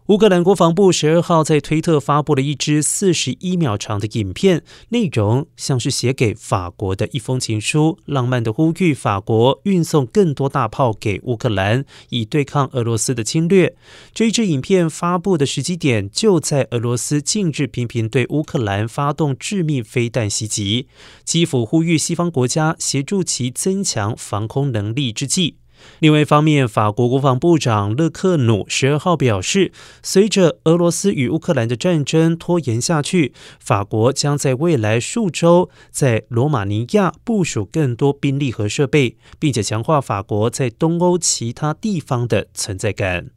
乌克兰国防部12号在推特发布了一支41秒长的影片，内容像是写给法国的一封情书，浪漫的呼吁法国运送更多大炮给乌克兰，以对抗俄罗斯的侵略。这一支影片发布的时机点就在俄罗斯近日频频对乌克兰发动致命飞弹袭击，基辅呼吁西方国家协助其增强防空能力之际。另外一方面，法国国防部长勒克努12号表示，随着俄罗斯与乌克兰的战争拖延下去，法国将在未来数周在罗马尼亚部署更多兵力和设备，并且强化法国在东欧其他地方的存在感。